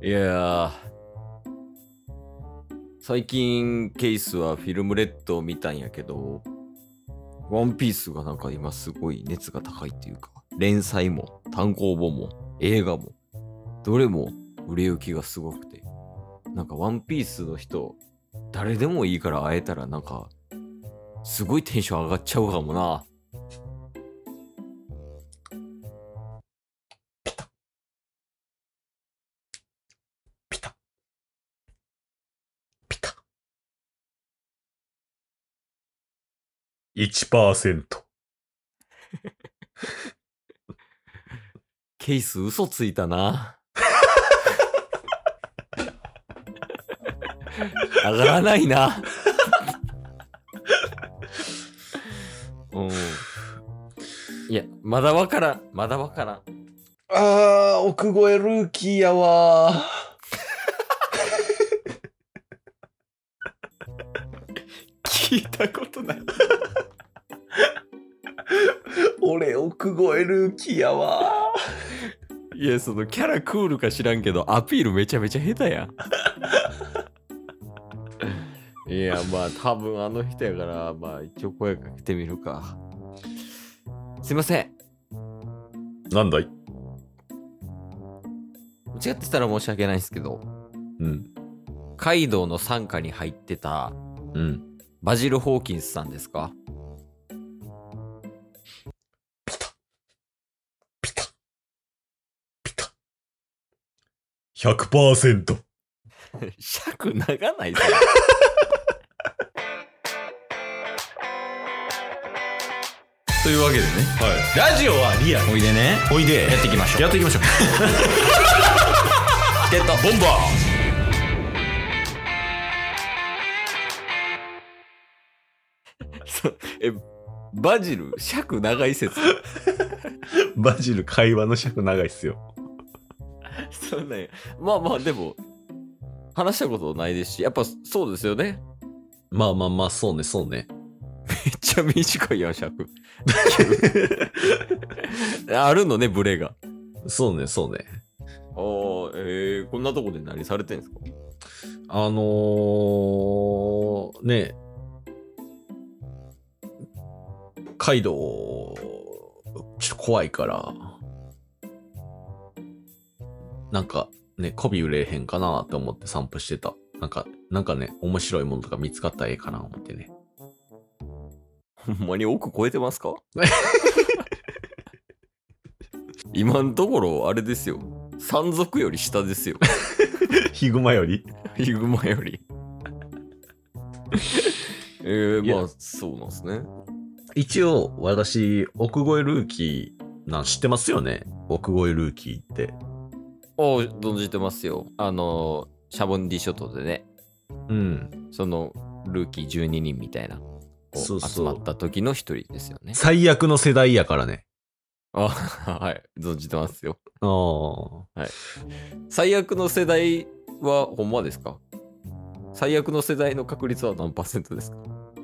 いやー、最近ケースはフィルムレッドを見たんやけど、ワンピースがなんか今すごい熱が高いっていうか、連載も単行本も映画も、どれも売れ行きがすごくて、なんかワンピースの人、誰でもいいから会えたらなんか、すごいテンション上がっちゃうかもな。 ピタピタ。1%。 ケース嘘ついたな。上がらないな。うん。いや、まだわからん。まだわからん。 奥越えルーキーやわ聞いたことない。 俺、奥越えルーキーやわいや、そのキャラクールか知らんけど、アピールめちゃめちゃ下手やん。いや、まあ、多分あの人やから、まあ、一応声かけてみるか。すいません。 なんだい？ 間違ってたら申し訳ないんですけど、 うん。 カイドウの傘下に入ってたうん。 バジル・ホーキンスさんですか？ ピタ。ピタ。ピタ。100%。 尺長ないぞ。というわけでね、 はい。ラジオはリアル。 おいでね、 おいで。 やっていきましょう。 やっていきましょう。 ゲットボンババジル、尺長い説。 ーバジル会話の尺長いっすよ。 そうね。まあまあ、でも、話したことないですし、やっぱそうですよね。 まあまあまあ、そうね、そうね。 めっちゃ短いやん、尺。あるのね、ブレが。 そうね、そうね。 ああ、こんなとこで何されてんすか？ ね、カイドウ、ちょっと怖いから、なんかね、媚び売れへんかなって思って散歩してた。なんかね、面白いものとか見つかったらええかな思ってね。 ほんまに奥超えてますか？今のところ、あれですよ。山賊より下ですよ。 ヒグマよりヒグマより。 いやまあ、そうなんですね。 一応、私、奥越えルーキーなん知ってますよね？奥越えルーキーって。 存じてますよ。シャボンディ諸島でね、 うん。 その、ルーキー12人みたいな、 そうそう集まった時の一人ですよね。 最悪の世代やからね。 はい、存じてますよ。 ああ。 最悪の世代はほんまですか？最悪の世代の確率は何%ですか？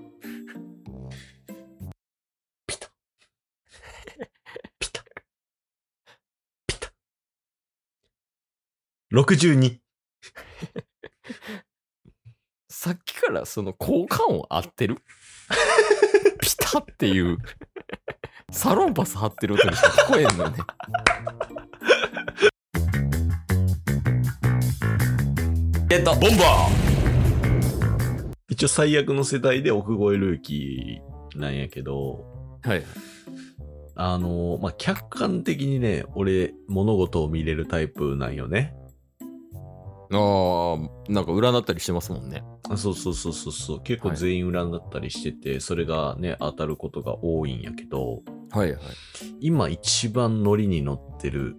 ピタ。ピタ。ピタ。62。 さっきからその効果音合ってる？ピタっていうサロンパス張ってる音にしか聞こえんのよね。ゲットボンバー。一応最悪の世代で奥越えルーキーなんやけど、 はい。 まあ、客観的にね、俺、物事を見れるタイプなんよね。 なんか占ったりしてますもんね。 そう。結構全員占ったりしてて、それがね、当たることが多いんやけど、 はいはい。 今一番ノリに乗ってる、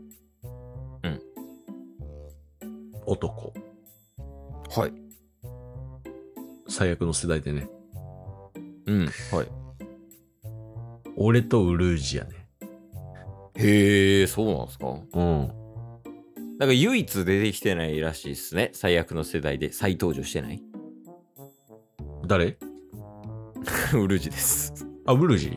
男。 はい。 最悪の世代でね。 はい。 俺とウルージやね。 へえ、そうなんですか？ うん。 なんか唯一出てきてないらしいですね。最悪の世代で再登場してない。 誰？ ウルジです。 あ、ウルージ？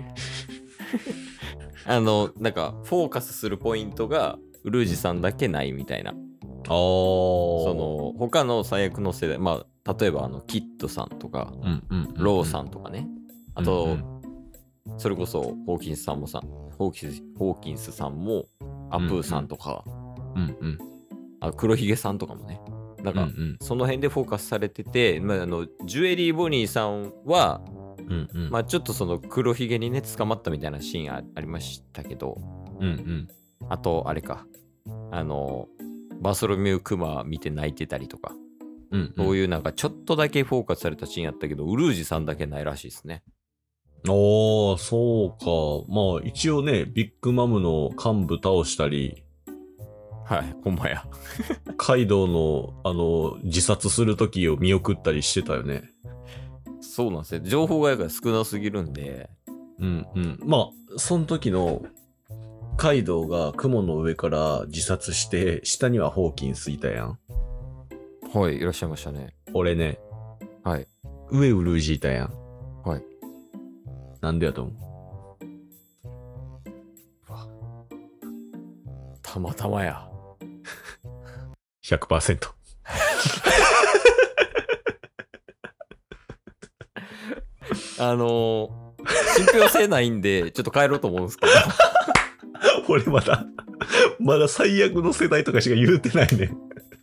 なんかフォーカスするポイントがウルージさんだけないみたいな。 その他の最悪の世代、まあ例えばキッドさんとか、ローさんとかね、あと、それこそホーキンスさんもホーキンスさんもアプーさんとか、黒ひげさんとかもね、なんか、その辺でフォーカスされてて、まあ、ジュエリーボニーさんは、まあちょっとその黒ひげにね捕まったみたいなシーン ありましたけど、あとあれか、バソロミュークマ見て泣いてたりとか、そういうなんかちょっとだけフォーカスされたシーンあったけど、ウルージさんだけないらしいですね。 そうか。まあ一応ね、ビッグマムの幹部倒したり、 はい、ほんまや。 カイドウの自殺する時を見送ったりしてたよね。 そうなんですよ。情報がやから少なすぎるんで。 まあその時のカイドウが雲の上から自殺して、下にはホーキンスいたやん。 はい、いらっしゃいましたね。 俺ね。 はい。 上ウルージいたやん。 はい。 なんでやと思う？ たまたまや。 100%。 信憑性ないんで、ちょっと帰ろうと思うんですけど。 俺まだ最悪の世代とかしか言うてないね。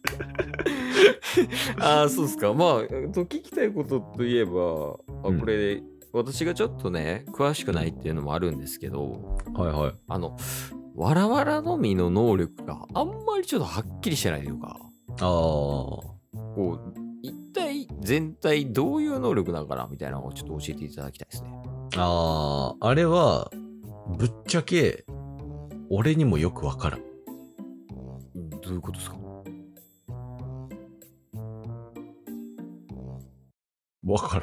そうですか。まあ、聞きたいことといえば、これ、私がちょっとね、詳しくないっていうのもあるんですけど、わらわらのみの能力があんまりちょっとはっきりしてないというか、こう、一体全体どういう能力なのかなみたいなのをちょっと教えていただきたいですね。 あれは、ぶっちゃけ、俺にもよくわからん。 どういうことですか？ わから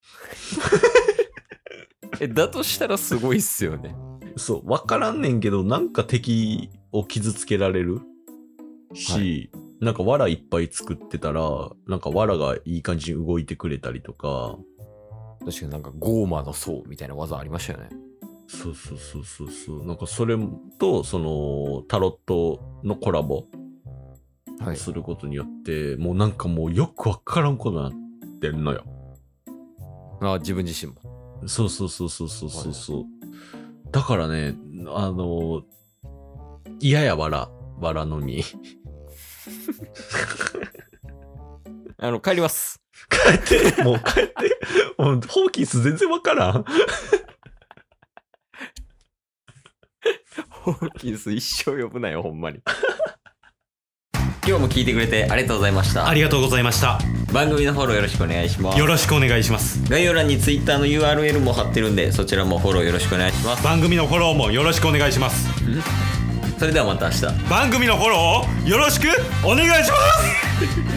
ん。 だとしたらすごいっすよね。 そう、わからんねんけど、なんか敵を傷つけられるし、なんか藁いっぱい作ってたら、なんか藁がいい感じに動いてくれたりとか。 確かになんかゴーマの層みたいな技ありましたよね。 そう。なんかそれと、その、タロットのコラボすることによって、もうなんかもうよくわからんことになってんのよ。 自分自身も。 そう。だからね、嫌やわらのみ。 帰ります。 帰って。もうホーキンス全然わからん。 ホーキンス一生呼ぶなよ、ほんまに。今日も聞いてくれてありがとうございました。 ありがとうございました。 番組のフォローよろしくお願いします。 よろしくお願いします。 概要欄に Twitter の URL も貼ってるんで、そちらもフォローよろしくお願いします。 番組のフォローもよろしくお願いします。 それではまた明日。 番組のフォローをよろしくお願いします。